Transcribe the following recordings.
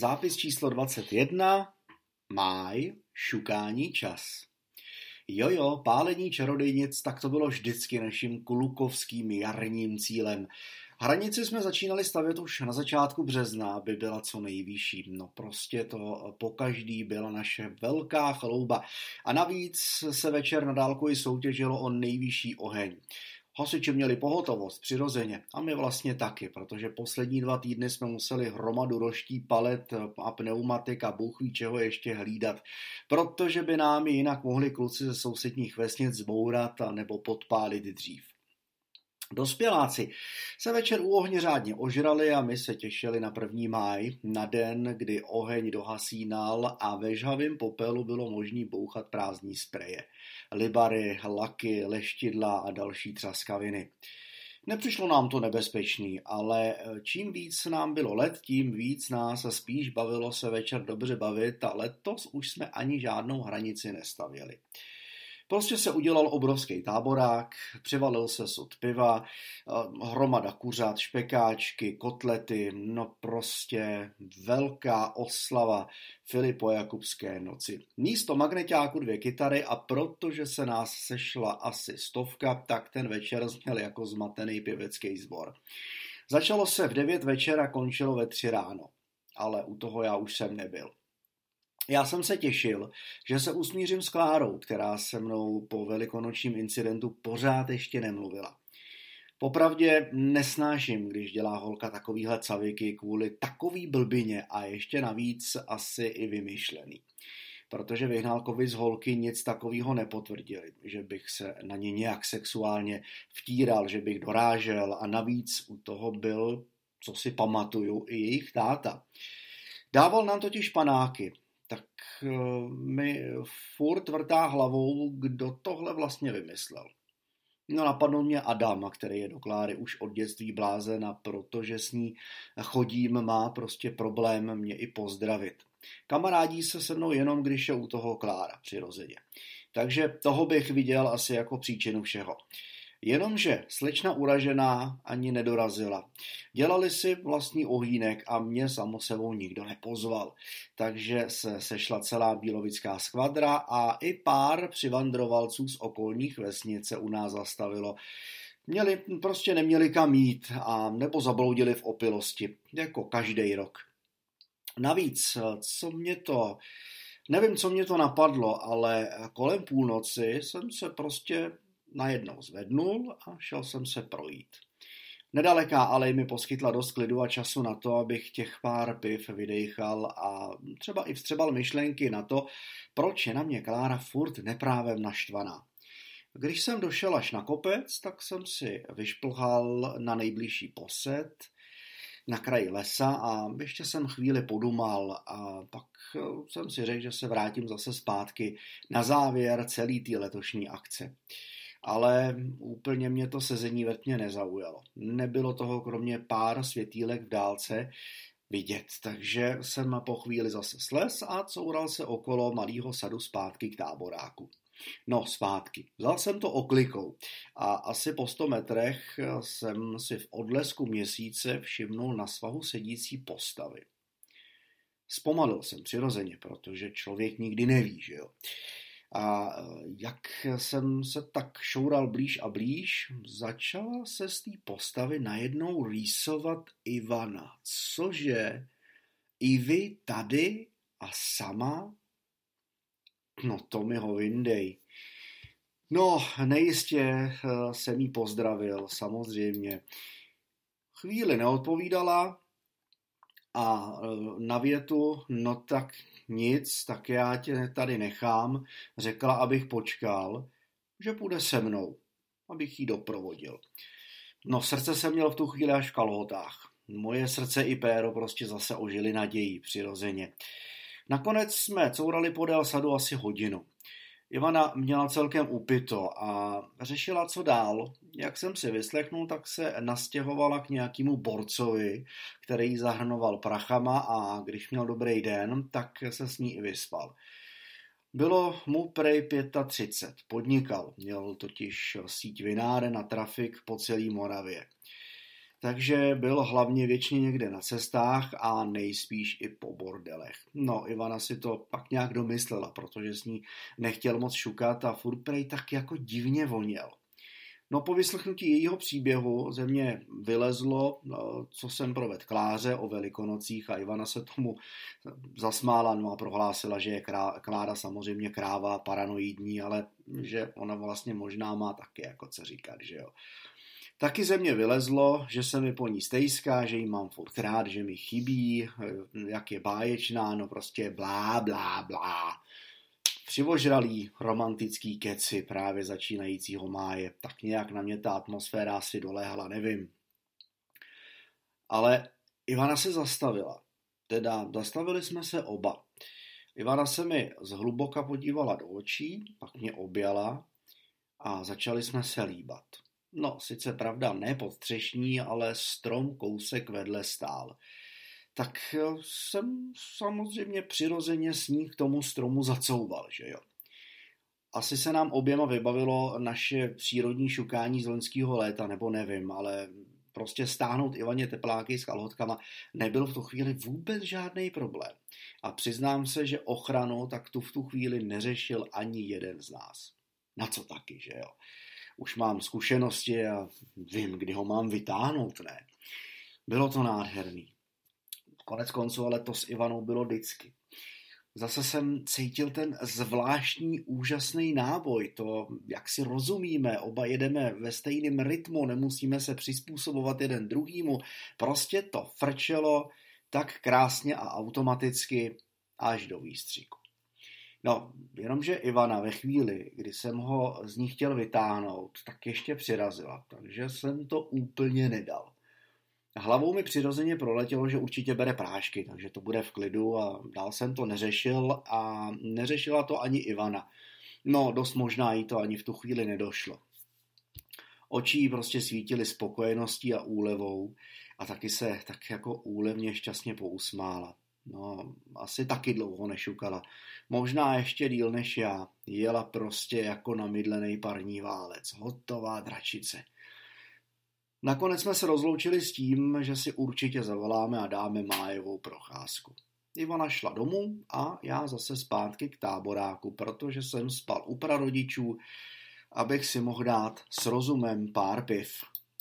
Zápis číslo 21. Máj, šukání čas. Jojo, pálení čarodějnic, tak to bylo vždycky naším klukovským jarním cílem. Hranici jsme začínali stavět už na začátku března, aby byla co nejvyšší. No prostě to pokaždý byla naše velká chlouba. A navíc se večer na dálku i soutěžilo o nejvyšší oheň. Hasiči měli pohotovost, přirozeně, a my vlastně taky, protože poslední 2 týdny jsme museli hromadu roští, palet a pneumatik a bůh ví čeho ještě hlídat, protože by nám jinak mohli kluci ze sousedních vesnic zbourat a nebo podpálit dřív. Dospěláci se večer u ohně řádně ožrali a my se těšili na 1. máj, na den, kdy oheň dohasínal a ve žhavém popelu bylo možné bouchat prázdní spreje, libary, laky, leštidla a další třaskaviny. Nepřišlo nám to nebezpečný, ale čím víc nám bylo let, tím víc nás a spíš bavilo se večer dobře bavit a letos už jsme ani žádnou hranici nestavěli. Prostě se udělal obrovský táborák, přivalil se sud piva, hromada kuřat, špekáčky, kotlety, no prostě velká oslava Filipojakubské noci. Místo magneťáku 2 kytary a protože se nás sešla asi 100, tak ten večer zněl jako zmatený pěvecký sbor. Začalo se v 9 večer a končilo ve 3 ráno, ale u toho já už jsem nebyl. Já jsem se těšil, že se usmířím s Klárou, která se mnou po velikonočním incidentu pořád ještě nemluvila. Popravdě nesnáším, když dělá holka takovýhle caviky kvůli takový blbině a ještě navíc asi i vymyšlený. Protože Vyhnálkovi z holky nic takového nepotvrdili, že bych se na ně nějak sexuálně vtíral, že bych dorážel a navíc u toho byl, co si pamatuju, i jejich táta. Dával nám totiž panáky. Tak mi furt vrtá hlavou, kdo tohle vlastně vymyslel. No napadl mě Adam, který je do Kláry už od dětství blázen a protože s ní chodím, má prostě problém mě i pozdravit. Kamarádí se mnou jenom, když je u toho Klára, přirozeně. Takže toho bych viděl asi jako příčinu všeho. Jenomže slečna uražená ani nedorazila. Dělali si vlastní ohýnek a mě samo sebou nikdo nepozval. Takže se sešla celá bílovická skvadra a i pár přivandrovalců z okolních vesnic se u nás zastavilo. Prostě neměli kam jít a nebo zabloudili v opilosti, jako každý rok. Navíc, nevím, co mě to napadlo, ale kolem půlnoci jsem se prostě najednou zvednul a šel jsem se projít. Nedaleká alej mi poskytla dost klidu a času na to, abych těch pár piv vydejchal a třeba i vstřebal myšlenky na to, proč je na mě Klára furt neprávem naštvaná. Když jsem došel až na kopec, tak jsem si vyšplhal na nejbližší posed, na kraji lesa a ještě jsem chvíli podumal a pak jsem si řekl, že se vrátím zase zpátky na závěr celý té letošní akce. Ale úplně mě to sezení ve tmě nezaujalo. Nebylo toho kromě pár světýlek v dálce vidět, takže jsem po chvíli zase slez a coural se okolo malého sadu zpátky k táboráku. No, zpátky. Vzal jsem to oklikou a asi po 100 metrech jsem si v odlesku měsíce všimnul na svahu sedící postavy. Zpomalil jsem přirozeně, protože člověk nikdy neví, že jo. A jak jsem se tak šoural blíž a blíž, začala se z té postavy najednou rýsovat Ivana. Cože? I vy tady a sama? No to mi ho vyndej. No, nejistě jsem jí pozdravil, samozřejmě. Chvíli neodpovídala a na větu, no tak nic, tak já tě tady nechám, řekla, abych počkal, že půjde se mnou, abych jí doprovodil. No srdce jsem měl v tu chvíli až v kalhotách. Moje srdce i péro prostě zase ožily nadějí, přirozeně. Nakonec jsme courali podél sadu asi hodinu. Ivana měla celkem upito a řešila, co dál. Jak jsem si vyslechnul, tak se nastěhovala k nějakému borcovi, který ji zahrnoval prachama a když měl dobrý den, tak se s ní i vyspal. Bylo mu prej 35, podnikal, měl totiž síť vináren a trafik po celé Moravě. takže byl hlavně většině někde na cestách a nejspíš i po bordelech. No, Ivana si to pak nějak domyslela, protože s ní nechtěl moc šukat a furt prej tak jako divně voněl. No, po vyslechnutí jejího příběhu ze mě vylezlo, co jsem provedl Kláře o Velikonocích a Ivana se tomu zasmála, no a prohlásila, že je Klára samozřejmě kráva paranoidní, ale že ona vlastně možná má taky jako co říkat, že jo. Taky ze mě vylezlo, že se mi po ní stejská, že jí mám furt rád, že mi chybí, jak je báječná, no prostě blá, blá, blá. Přivožralý romantický keci právě začínajícího máje. Tak nějak na mě ta atmosféra asi doléhala, nevím. Ale Ivana se zastavila. Teda zastavili jsme se oba. Ivana se mi zhluboka podívala do očí, pak mě objala a začali jsme se líbat. No, sice pravda ne pod třešní, ale strom kousek vedle stál. Tak jsem samozřejmě přirozeně s ní k tomu stromu zacouval, že jo. Asi se nám oběma vybavilo naše přírodní šukání z loňského léta, nebo nevím, ale prostě stáhnout Ivaně tepláky s kalhotkama nebyl v tu chvíli vůbec žádný problém. A přiznám se, že ochranu tak tu v tu chvíli neřešil ani jeden z nás. Na co taky, že jo. Už mám zkušenosti a vím, kdy ho mám vytáhnout, ne. Bylo to nádherný. Konec konců, ale to s Ivanou bylo vždycky. Zase jsem cítil ten zvláštní úžasný náboj, to, jak si rozumíme, oba jedeme ve stejném rytmu, nemusíme se přizpůsobovat jeden druhýmu, prostě to frčelo tak krásně a automaticky až do výstřiku. No, jenomže Ivana ve chvíli, kdy jsem ho z ní chtěl vytáhnout, tak ještě přirazila, takže jsem to úplně nedal. Hlavou mi přirozeně proletělo, že určitě bere prášky, takže to bude v klidu a dál jsem to neřešil a neřešila to ani Ivana. No, dost možná jí to ani v tu chvíli nedošlo. Oči jí prostě svítily spokojeností a úlevou a taky se tak jako úlevně šťastně pousmála. No, asi taky dlouho nešukala. Možná ještě díl než já. Jela prostě jako namydlený parní válec. Hotová dračice. Nakonec jsme se rozloučili s tím, že si určitě zavoláme a dáme májovou procházku. Ivana šla domů a já zase zpátky k táboráku, protože jsem spal u prarodičů, abych si mohl dát s rozumem pár piv.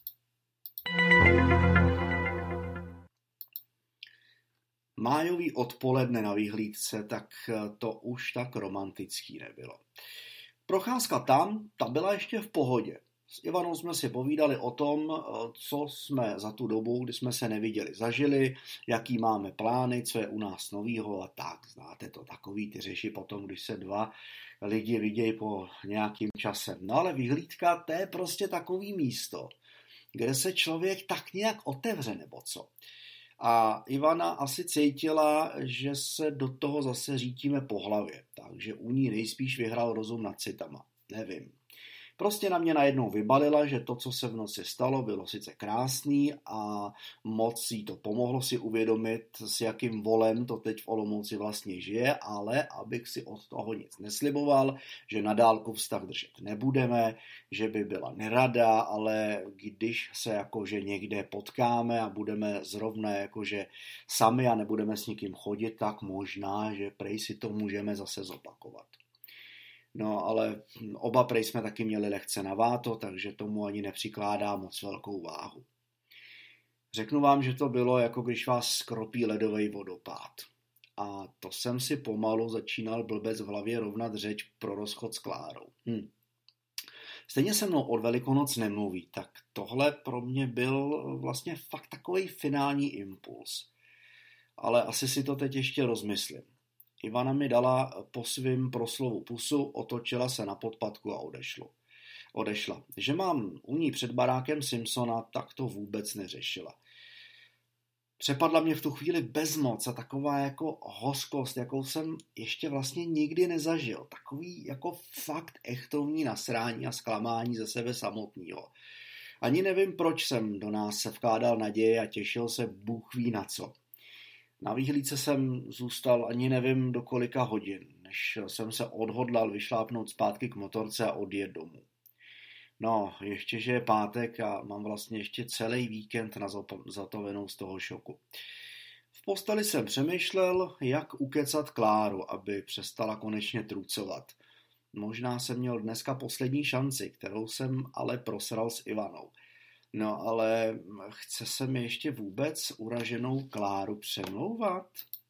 Májový odpoledne na vyhlídce, tak to už tak romantický nebylo. Procházka tam, ta byla ještě v pohodě. S Ivanou jsme si povídali o tom, co jsme za tu dobu, kdy jsme se neviděli, zažili, jaký máme plány, co je u nás novýho a tak. Znáte to, takový ty řeši potom, když se dva lidi vidějí po nějakým časem. No ale vyhlídka, to je prostě takový místo, kde se člověk tak nějak otevře nebo co. A Ivana asi cítila, že se do toho zase řítíme po hlavě, takže u ní nejspíš vyhrál rozum nad citama. Nevím. Prostě na mě najednou vybalila, že to, co se v noci stalo, bylo sice krásný a moc jí to pomohlo si uvědomit, s jakým volem to teď v Olomouci vlastně žije, ale abych si od toho nic nesliboval, že na dálku vztah držet nebudeme, že by byla nerada, ale když se jakože někde potkáme a budeme zrovna jakože sami a nebudeme s nikým chodit, tak možná, že prej si to můžeme zase zopakovat. No, ale oba prej jsme taky měli lehce na váto, takže tomu ani nepřikládá moc velkou váhu. Řeknu vám, že to bylo, jako když vás skropí ledový vodopád. A to jsem si pomalu začínal blbec v hlavě rovnat řeč pro rozchod s Klárou. Stejně se mnou od Velikonoc nemluví, tak tohle pro mě byl vlastně fakt takový finální impuls. Ale asi si to teď ještě rozmyslím. Ivana mi dala po svým proslovu pusu, otočila se na podpatku a odešla. Že mám u ní před barákem Simpsona, tak to vůbec neřešila. Přepadla mě v tu chvíli bezmoc a taková jako hořkost, jakou jsem ještě vlastně nikdy nezažil. Takový jako fakt echtovní nasrání a zklamání ze sebe samotného. Ani nevím, proč jsem do nás se vkládal naděje a těšil se Bůh ví na co. Na výhlídce jsem zůstal ani nevím do kolika hodin, než jsem se odhodlal vyšlápnout zpátky k motorce a odjet domů. No, ještě, že je pátek a mám vlastně ještě celý víkend na zatovenou z toho šoku. V posteli jsem přemýšlel, jak ukecat Kláru, aby přestala konečně trucovat. Možná jsem měl dneska poslední šanci, kterou jsem ale prosral s Ivanou. No ale chce se mi ještě vůbec uraženou Kláru přemlouvat?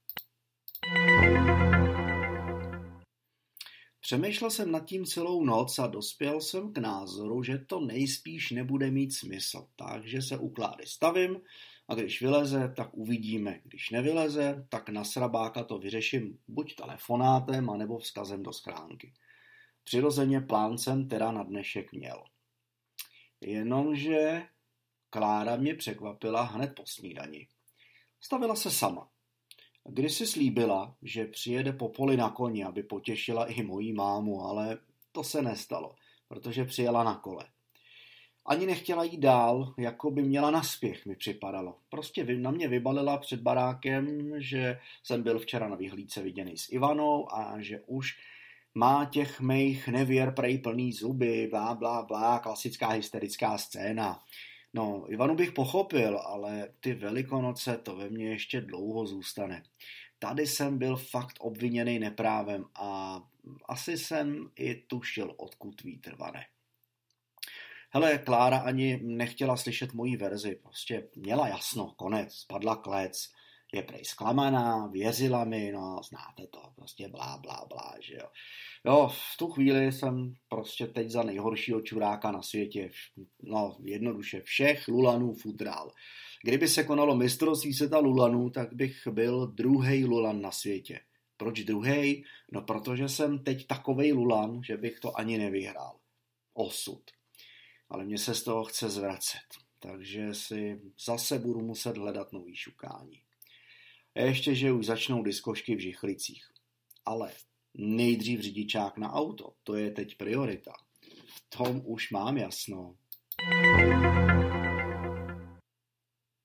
Přemýšlel jsem nad tím celou noc a dospěl jsem k názoru, že to nejspíš nebude mít smysl, takže se u Kláry stavím a když vyleze, tak uvidíme. Když nevyleze, tak na srabáka to vyřeším buď telefonátem, anebo vzkazem do schránky. Přirozeně plán jsem teda na dnešek měl. Jenomže Klára mě překvapila hned po snídani. Stavila se sama. Když si slíbila, že přijede po poli na koni, aby potěšila i moji mámu, ale to se nestalo, protože přijela na kole. Ani nechtěla jít dál, jako by měla naspěch, mi připadalo. Prostě na mě vybalila před barákem, že jsem byl včera na vyhlídce viděný s Ivanou a že už má těch mých nevěr prej plný zuby, blá, blá, blá, klasická hysterická scéna. No, Ivanu bych pochopil, ale ty Velikonoce to ve mně ještě dlouho zůstane. Tady jsem byl fakt obviněný neprávem a asi jsem i tušil, odkud vítr vane. Hele, Klára ani nechtěla slyšet moji verzi, prostě měla jasno, konec, spadla klec, je prej zklamaná, věřila mi, no znáte to, prostě blá, blá, blá, že jo. Jo, v tu chvíli jsem prostě teď za nejhoršího čuráka na světě, no jednoduše všech lulanů fudral. Kdyby se konalo mistrovství světa lulanů, tak bych byl druhej lulan na světě. Proč druhej? No protože jsem teď takovej lulan, že bych to ani nevyhrál. Osud. Ale mě se z toho chce zvracet, takže si zase budu muset hledat nový šukání. Ještě, že už začnou diskošky v Žichlicích. Ale nejdřív řidičák na auto, to je teď priorita. V tom už mám jasno.